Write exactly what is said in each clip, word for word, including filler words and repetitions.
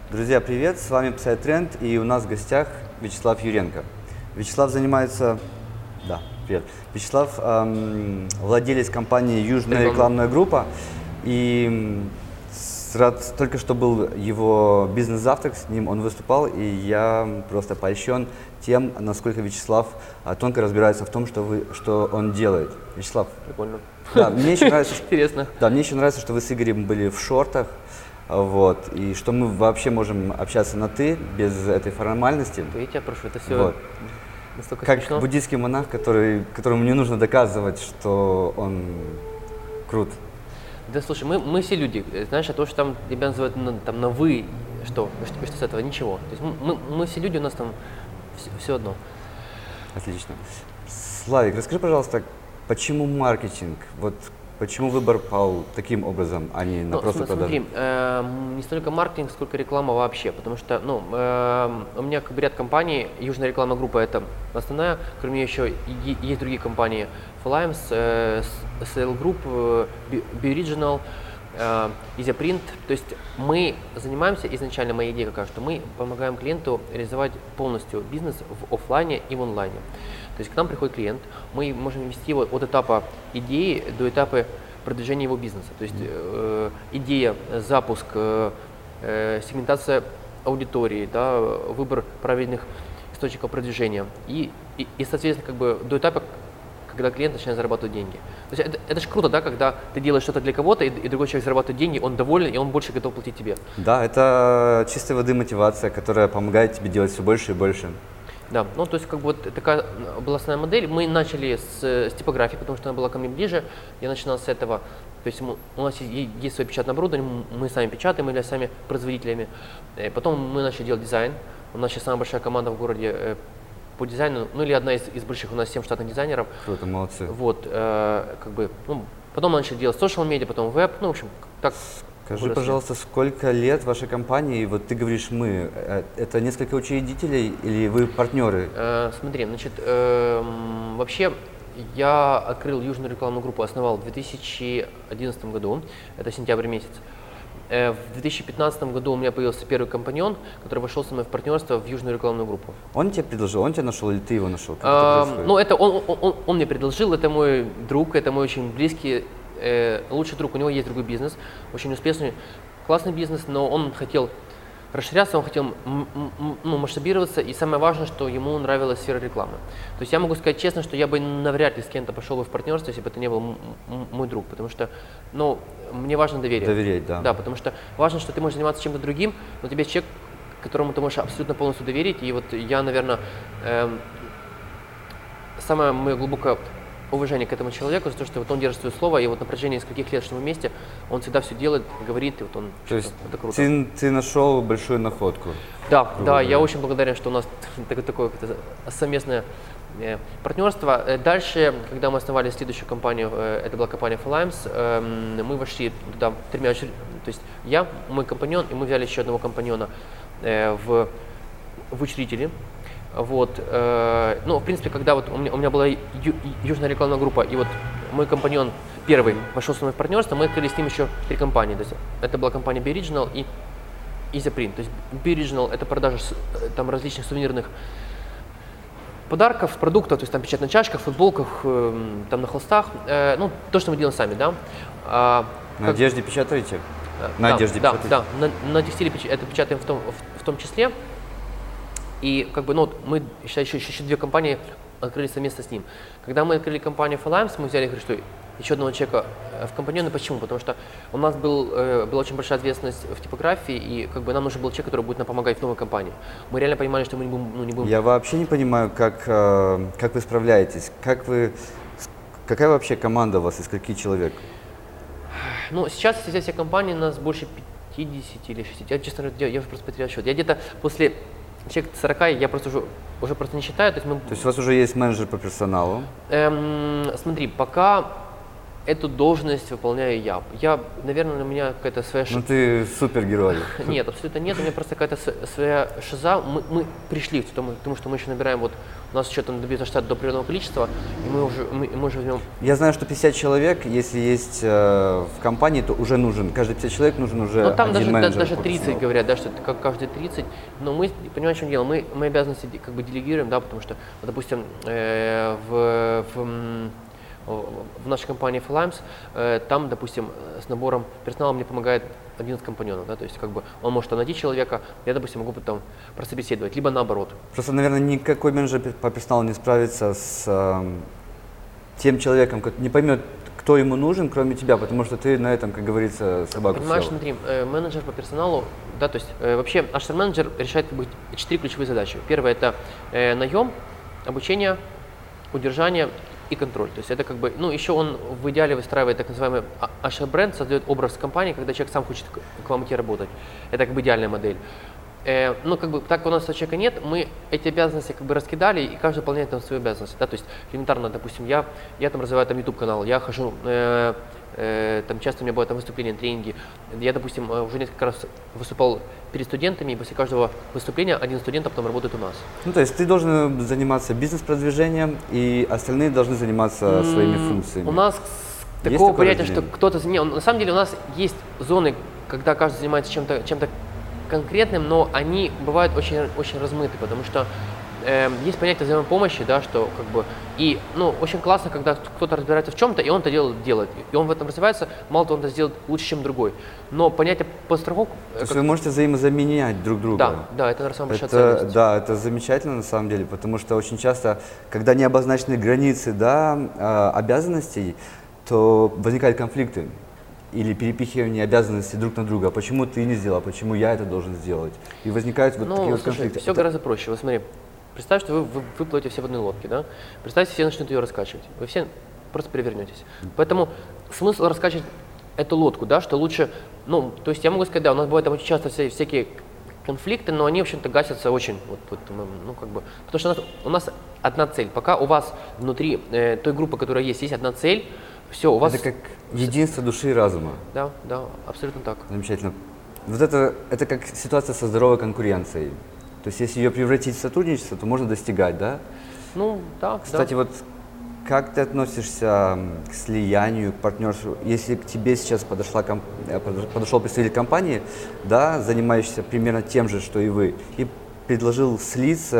Друзья, привет! С вами PsyTrend, и у нас в гостях Вячеслав Юренко. Вячеслав занимается... Да, привет. Вячеслав эм, владелец компании «Южная рекламная группа», и рад, только что был его бизнес-завтрак, с ним он выступал, и я просто польщен тем, насколько Вячеслав а, тонко разбирается в том, что, вы, что он делает. Вячеслав. Прикольно. Да, мне еще нравится, Интересно. Да, мне еще нравится, что вы с Игорем были в шортах, вот, и что мы вообще можем общаться на «ты» без этой формальности. Я тебя прошу, это все вот. настолько как смешно. буддийский монах, который, которому не нужно доказывать, что он крут. Да слушай, мы, мы все люди, знаешь, а то, что там тебя называют на, там, на «вы», что? Что, что с этого? Ничего. То есть мы, мы все люди, у нас там все, все одно. Отлично. Славик, расскажи, пожалуйста, почему маркетинг? Вот почему выбор пал таким образом, а не на ну, просто продажу? Смотри, э, не столько маркетинг, сколько реклама вообще, потому что, ну, э, у меня как бы ряд компаний, Южная рекламная группа это основная, кроме нее еще есть другие компании, Flames, э, Sale Group, э, Bioregional, э, Easyprint. То есть мы занимаемся, изначально моя идея какая, что мы помогаем клиенту реализовать полностью бизнес в офлайне и в онлайне. То есть к нам приходит клиент, мы можем вести его от этапа идеи до этапа продвижения его бизнеса. То есть э, идея, запуск, э, сегментация аудитории, да, выбор правильных источников продвижения и, и, и, соответственно, как бы до этапа, когда клиент начинает зарабатывать деньги. То есть это, это же круто, да, когда ты делаешь что-то для кого-то, и, и другой человек зарабатывает деньги, он доволен, и он больше готов платить тебе. Да, это чистой воды мотивация, которая помогает тебе делать все больше и больше. Да, ну то есть как бы вот такая была основная модель. Мы начали с, с типографии, потому что она была ко мне ближе. Я начинал с этого. То есть мы, у нас есть, есть свое печатное оборудование, мы сами печатаем, мы являемся сами производителями. И потом мы начали делать дизайн. У нас сейчас самая большая команда в городе э, по дизайну, ну или одна из, из больших, у нас семь штатных дизайнеров. Круто, молодцы. Вот, э, как бы, ну, потом мы начали делать social медиа, потом веб, ну в общем, так. Скажи, выросли. пожалуйста, сколько лет вашей компании? Вот ты говоришь «мы». Это несколько учредителей или вы партнеры? Э, смотри, значит, э, вообще я открыл Южную рекламную группу, основал в две тысячи одиннадцатом году, это сентябрь месяц. Э, в две тысячи пятнадцатом году у меня появился первый компаньон, который вошел со мной в партнерство в Южную рекламную группу. Он тебе предложил, он тебя нашел или ты его нашел? Как Э, это ну, это он, он, он, он мне предложил, это мой друг, это мой очень близкий. Э, лучший друг, у него есть другой бизнес, очень успешный, классный бизнес, но он хотел расширяться, он хотел ну, масштабироваться, и самое важное, что ему нравилась сфера рекламы. То есть я могу сказать честно, что я бы навряд ли с кем-то пошел бы в партнерство, если бы это не был мой друг, потому что, ну, мне важно доверие. Доверять, да. Да, потому что важно, что ты можешь заниматься чем-то другим, но тебе человек, которому ты можешь абсолютно полностью доверить, и вот я, наверное, э, самое мое глубокое уважение к этому человеку за то, что вот он держит свое слово, и вот на протяжении нескольких лет, что мы вместе, он всегда все делает, говорит, и вот он, то есть это круто. Ты, ты нашел большую находку. Да, да, говоря. я очень благодарен, что у нас такое, такое совместное э, партнерство. Дальше, когда мы основали следующую компанию, э, это была компания Flames, э, мы вошли туда тремя, то есть я, мой компаньон, и мы взяли еще одного компаньона э, в, в учредители. Вот, э, ну, в принципе, когда вот у меня, у меня была ю, Южная рекламная группа, и вот мой компаньон первый вошел со мной в партнерство, мы открыли с ним еще три компании. То есть это была компания Bioregional и Easyprint. То есть Bioregional это продажа там различных сувенирных подарков, продуктов, то есть там печать на чашках, футболках, э, там на холстах, э, ну, то, что мы делаем сами, да. А, на как... одежде печатаете? На да, одежде да, печатаете? Да, на, на текстиле печ... это печатаем в том, в, в том числе. И как бы, ну, мы еще, еще, еще две компании открыли совместно с ним. Когда мы открыли компанию Flames, мы взяли, говорю, что еще одного человека в компаньоны. Почему? Потому что у нас был, э, была очень большая ответственность в типографии, и как бы нам нужен был человек, который будет нам помогать в новой компании. Мы реально понимали, что мы не будем... Ну, не будем... Я вообще не понимаю, как, э, как вы справляетесь, как вы, какая вообще команда у вас, из скольки человек? Ну, сейчас все, все компании у нас больше пятидесяти или шестидесяти. Я, честно говоря, я, я уже просто потерял счет. Я где-то после... Человек сорок, я просто уже, уже просто не считаю. То есть, мы... То есть у вас уже есть менеджер по персоналу? Эм, смотри, пока эту должность выполняю я. Я, наверное, у меня какая-то своя шиза. Ну ты супергерой. Нет, абсолютно нет, у меня просто какая-то своя шиза. Мы, мы пришли к тому, тому, что мы еще набираем, вот у нас еще там добьется штат до определенного количества, и мы уже, мы, мы уже возьмем... Я знаю, что пятьдесят человек, если есть э, в компании, то уже нужен, каждый пятьдесят человек нужен уже ну, там один даже, менеджер. даже тридцать говорят, да, что это как каждый тридцать, но мы, понимаешь, в чем дело, мы, мы обязанности как бы делегируем, да, потому что, вот, допустим, э, в, в в нашей компании Flymes, э, там, допустим, с набором персонала мне помогает один из компаньонов, да, то есть как бы он может найти человека, я, допустим, могу потом прособеседовать, либо наоборот. Просто, наверное, никакой менеджер по персоналу не справится с э, тем человеком, который не поймет, кто ему нужен, кроме тебя, потому что ты на этом, как говорится, собаку Понимаешь, съел. смотри, э, менеджер по персоналу, да, то есть э, вообще наш менеджер решает как бы четыре ключевые задачи. Первое это э, наем, обучение, удержание и контроль. То есть это как бы, ну, еще он в идеале выстраивает так называемый аш ар-бренд, создает образ компании, когда человек сам хочет к вам идти работать. Это как бы идеальная модель. Э, ну, как бы, так как у нас человека нет, мы эти обязанности как бы раскидали, и каждый выполняет там свои обязанности. Да? То есть элементарно, допустим, я, я там развиваю там YouTube-канал, я хожу, э, э, там часто у меня бывают там выступления, тренинги. Я, допустим, уже несколько раз выступал перед студентами, и после каждого выступления один студент потом работает у нас. Ну, то есть ты должен заниматься бизнес-продвижением, и остальные должны заниматься mm-hmm. своими функциями. У нас есть такого понятия, что кто-то... Не, на самом деле у нас есть зоны, когда каждый занимается чем-то, чем-то конкретным, но они бывают очень, очень размыты, потому что э, есть понятие взаимопомощи, да, что как бы, и, ну, очень классно, когда кто-то разбирается в чем-то, и он это делает, делает, и он в этом развивается, мало того, он это сделает лучше, чем другой, но понятие подстраховки... То есть вы можете взаимозаменять друг друга. Да, да, это, наверное, самая большая это, ценность. Да, это замечательно на самом деле, потому что очень часто, когда не обозначены границы, да, обязанностей, то возникают конфликты. Или перепихивание обязанностей друг на друга. Почему ты не сделал, почему я это должен сделать? И возникают вот ну, такие вот слушай, конфликты. Все это... гораздо проще. Вот смотри, представь, что вы, вы, вы плывете все в одной лодке, да? Представьте, все начнут ее раскачивать. Вы все просто перевернетесь. Поэтому смысл раскачивать эту лодку, да, что лучше, ну, то есть я могу сказать, да, у нас бывают там очень часто все, всякие конфликты, но они, в общем-то, гасятся очень, вот, вот, ну, как бы, потому что у нас, у нас одна цель. Пока у вас внутри э, той группы, которая есть, есть одна цель, все, у вас... Это как единство души и разума. Да, да, абсолютно так. Замечательно. Вот это, это как ситуация со здоровой конкуренцией. То есть если ее превратить в сотрудничество, то можно достигать, да? Ну, да, Кстати, да. вот как ты относишься к слиянию, к партнерству? Если к тебе сейчас подошла, подошел представитель компании, да, занимающийся примерно тем же, что и вы, и предложил слиться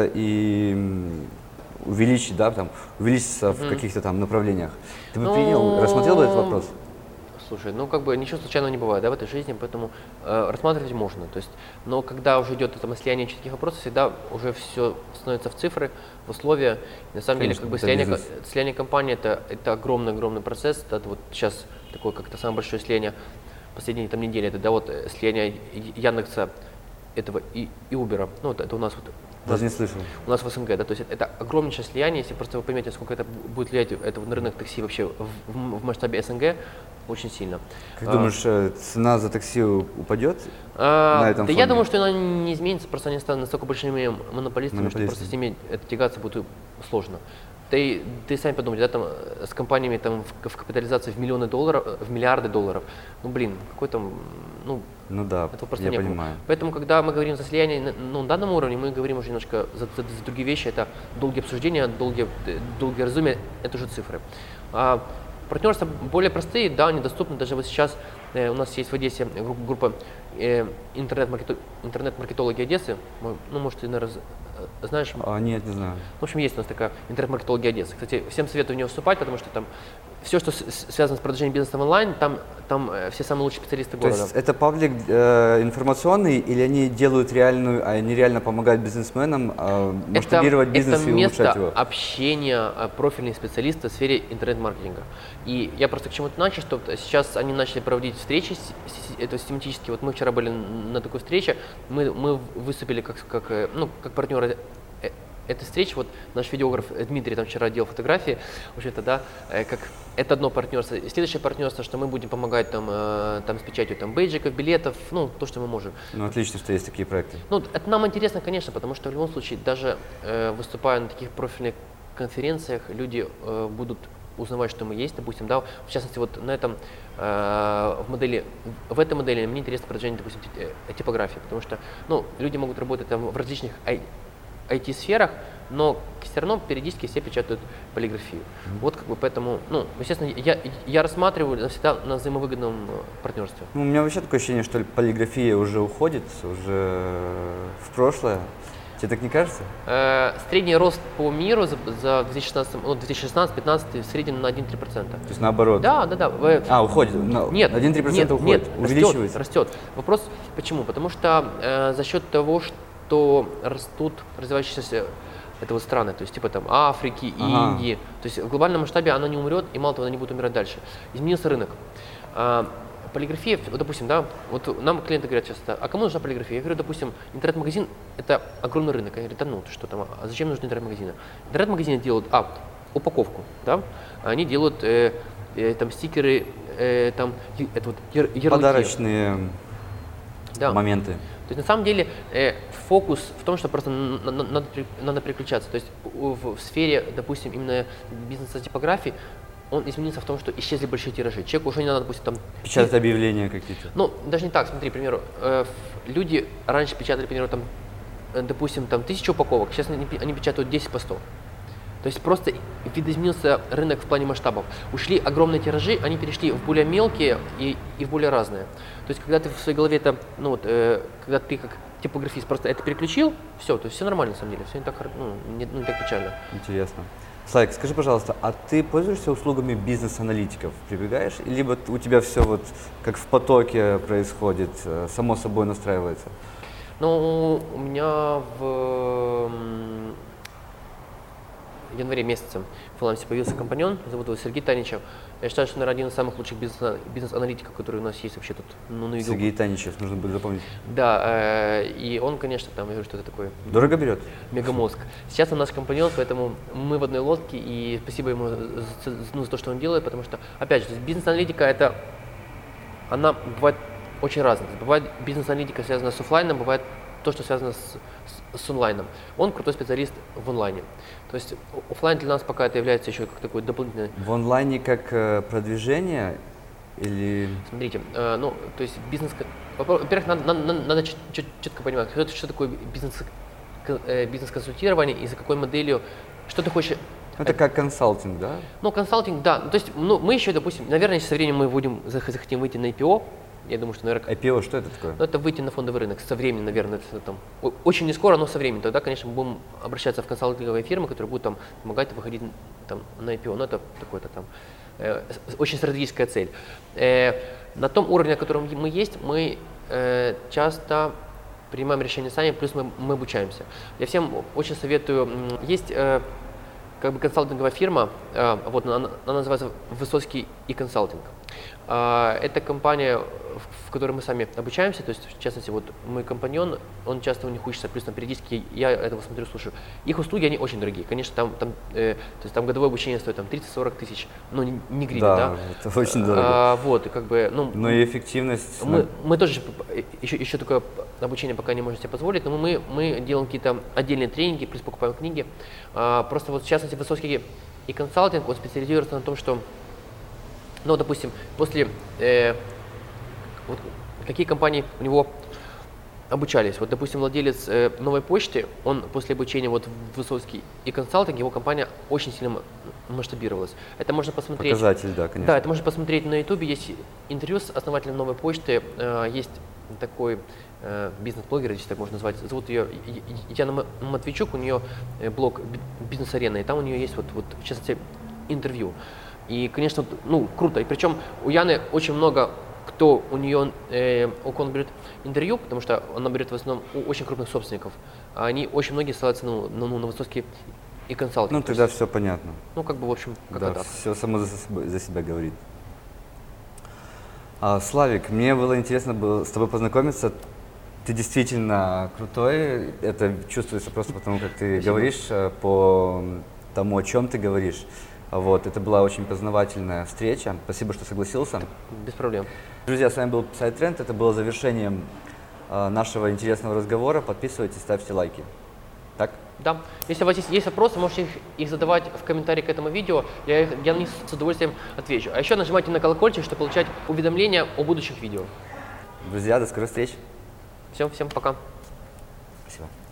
и увеличить, да, там, увеличиться mm-hmm. в каких-то там направлениях. Ты бы ну, принял, рассмотрел бы этот вопрос? Слушай, ну как бы ничего случайного не бывает, да, в этой жизни, поэтому э, рассматривать можно. То есть, но когда уже идет это слияние четких вопросов, всегда уже все становится в цифры, в условия. И на самом Конечно, деле, как бы слияние, слияние компании это, это огромный-огромный процесс. Это вот сейчас такое как-то самое большое слияние последние там недели, это да, вот слияние Яндекса этого и, и Uber. Ну, вот это у нас вот. Даже не слышал. У нас в СНГ, да, то есть это, это огромнейшее слияние, если просто вы поймете, сколько это будет влиять это на рынок такси вообще в, в, в масштабе СНГ, очень сильно. Как а, думаешь, цена за такси упадет а, на этом Да фоне? я думаю, что она не изменится, просто они станут настолько большими монополистами, Монополисты. что просто с ними это тягаться будет сложно. Ты, ты сами подумайте, да, там с компаниями там в, в капитализации в миллионы долларов, в миллиарды долларов, ну блин, какой там, ну, ну да, этого просто я не понимаю. было. Поэтому, когда мы говорим за слияние ну, на данном уровне, мы говорим уже немножко за, за, за другие вещи, это долгие обсуждения, долгие, долгие разумия, это уже цифры. А партнерства более простые, да, они доступны, даже вот сейчас э, у нас есть в Одессе группа, группа э, интернет-маркетологи, интернет-маркетологи Одессы, ну, может, ты, наверное, знаешь? А, нет, не знаю. В общем, есть у нас такая интернет-маркетология Одессы. Кстати, всем советую в нее вступать, потому что там все, что с- связано с продвижением бизнеса онлайн, там, там э, все самые лучшие специалисты города. То есть это паблик э, информационный, или они делают реальную, они реально помогают бизнесменам э, масштабировать бизнес это и улучшать его? Это место общения профильных специалистов в сфере интернет-маркетинга. И я просто к чему-то начал, что сейчас они начали проводить встречи, это систематически. Вот мы вчера были на такой встрече, мы, мы выступили как, как, ну, как партнеры этой встречи. Вот наш видеограф Дмитрий там вчера делал фотографии, в общем-то, да, как это одно партнерство. И следующее партнерство, что мы будем помогать там, там с печатью там, бейджиков, билетов, ну, то, что мы можем. Ну, отлично, что есть такие проекты. Ну, это нам интересно, конечно, потому что в любом случае, даже э, выступая на таких профильных конференциях, люди э, будут узнавать, что мы есть, допустим, да, в частности, вот на этом, э, в модели, в этой модели мне интересно продвижение, допустим, типографии, потому что, ну, люди могут работать там в различных ай ти-сферах, но все равно периодически все печатают полиграфию. Mm-hmm. Вот как бы поэтому, ну, естественно, я, я рассматриваю всегда на взаимовыгодном партнерстве. Ну, у меня вообще такое ощущение, что полиграфия уже уходит, уже в прошлое. Тебе так не кажется? Э, средний рост по миру за, за две тысячи шестнадцатый, ну, две тысячи шестнадцатый — пятнадцатый в среднем на один-три процента. То есть наоборот? Да, да, да. Вы... А, уходит? No. Нет, один-три процента нет, уходит, нет, увеличивается? Растет, растет. Вопрос почему? Потому что э, за счет того, что растут развивающиеся это вот страны, то есть типа там Африки, ага. Индии, то есть в глобальном масштабе она не умрет, и мало того, она не будет умирать дальше. Изменился рынок. А, полиграфия, вот, допустим, да, вот нам клиенты говорят часто, а кому нужна полиграфия? Я говорю, допустим, интернет-магазин – это огромный рынок. Они говорят, да ну, ты что там, а зачем нужны интернет-магазины? Интернет-магазины делают, а, упаковку, да, они делают э, э, там стикеры, э, там, это вот яр, ярлыки. Подарочные да. моменты. То есть на самом деле э, фокус в том, что просто надо, надо переключаться. То есть в, в сфере, допустим, именно бизнеса типографии, он изменился в том, что исчезли большие тиражи. Человеку уже не надо, допустим, там… Печатать объявления какие-то. Ну, даже не так, смотри, к примеру, э, люди раньше печатали, к примеру, там, э, допустим, там тысячу упаковок, сейчас они, они печатают десять по сто. То есть просто видоизменился рынок в плане масштабов. Ушли огромные тиражи, они перешли в более мелкие и, и в более разные. То есть когда ты в своей голове это, ну вот, э, когда ты как типографист просто это переключил, все, то есть все нормально на самом деле, все не так, ну, не, ну, не так печально. Интересно. Славик, скажи, пожалуйста, а ты пользуешься услугами бизнес-аналитиков? Прибегаешь? Либо у тебя все вот как в потоке происходит, само собой настраивается? Ну, у меня в январе месяце в Фолаймсе появился компаньон, зовут его Сергей Таничев. Я считаю, что, наверное, один из самых лучших бизнес- бизнес-аналитиков, которые у нас есть вообще тут, ну, на виду. Сергей Таничев, нужно будет запомнить. Да, э, и он, конечно, там, я говорю, что это такое. Дорого берет? Мегамозг. Сейчас он наш компаньон, поэтому мы в одной лодке, и спасибо ему за, ну, за то, что он делает, потому что, опять же, бизнес-аналитика, это, она бывает очень разная. Бывает бизнес-аналитика связана с офлайном, бывает то, что связано с, с, с онлайном. Он крутой специалист в онлайне. То есть офлайн для нас пока это является еще как такой дополнительный… В онлайне как э, продвижение или… Смотрите, э, ну, то есть бизнес… Во-первых, надо, надо, надо четко понимать, что, что такое бизнес, э, бизнес-консультирование и за какой моделью, что ты хочешь… Это как консалтинг, да? Ну, консалтинг, да. То есть ну, мы еще, допустим, наверное, со временем мы будем, захотим выйти на ай пи о. Я думаю, что, наверное… ай пи о, что это такое? Ну, это выйти на фондовый рынок со временем, наверное, это, там, очень не скоро, но со временем. Тогда, конечно, мы будем обращаться в консалтинговые фирмы, которые будут там помогать выходить там, на ай пи о. Ну, это такой-то там э, очень стратегическая цель. Э, на том уровне, на котором мы есть, мы э, часто принимаем решения сами, плюс мы, мы обучаемся. Я всем очень советую, есть э, как бы консалтинговая фирма, э, вот она, она называется Высоцкий и консалтинг. Это компания, в которой мы сами обучаемся, то есть, в частности, вот мой компаньон, он часто у них учится, плюс там периодически я этого смотрю, слушаю. Их услуги, они очень дорогие, конечно, там, там, э, то есть, там годовое обучение стоит там тридцать-сорок тысяч, ну, не, не гривен, да, да? это очень дорого. А, вот, и как бы, ну… Но и эффективность… Мы, мы тоже, еще, еще такое обучение пока не можем себе позволить, но мы, мы делаем какие-то отдельные тренинги, плюс покупаем книги. А, просто вот, в частности, Высоцкий и консалтинг, он специализируется на том, что… Ну, допустим, после, э, вот, какие компании у него обучались. Вот, допустим, владелец э, Новой почты, он после обучения вот, в Высоцкий и консалтинг, его компания очень сильно масштабировалась. Это можно посмотреть… Показатель, да, конечно. Да, это можно посмотреть на ютубе, есть интервью с основателем Новой почты, э, есть такой э, бизнес-блогер, если так можно назвать, зовут ее Яна Матвейчук, у нее блог «Бизнес-арена», и там у нее есть, вот, вот, в частности, интервью. И, конечно, ну, круто. И причем у Яны очень много, кто у нее, э, у кого он берет интервью, потому что она берет в основном у очень крупных собственников. А они очень многие ссылаются ну, ну, на Высоцкий и консалтинг. Ну, тогда есть, все понятно. Ну, как бы, в общем, как-то да, так. Все само за себя, за себя говорит. А, Славик, мне было интересно было с тобой познакомиться. Ты действительно крутой. Это чувствуется просто потому, как ты Спасибо. говоришь, по тому, о чем ты говоришь. Вот, это была очень познавательная встреча. Спасибо, что согласился. Без проблем. Друзья, с вами был Psytrend. Это было завершением э, нашего интересного разговора. Подписывайтесь, ставьте лайки. Так? Да. Если у вас есть, есть вопросы, можете их, их задавать в комментарии к этому видео, я, их, я на них с удовольствием отвечу. А еще нажимайте на колокольчик, чтобы получать уведомления о будущих видео. Друзья, до скорых встреч. Всем, всем пока. Спасибо.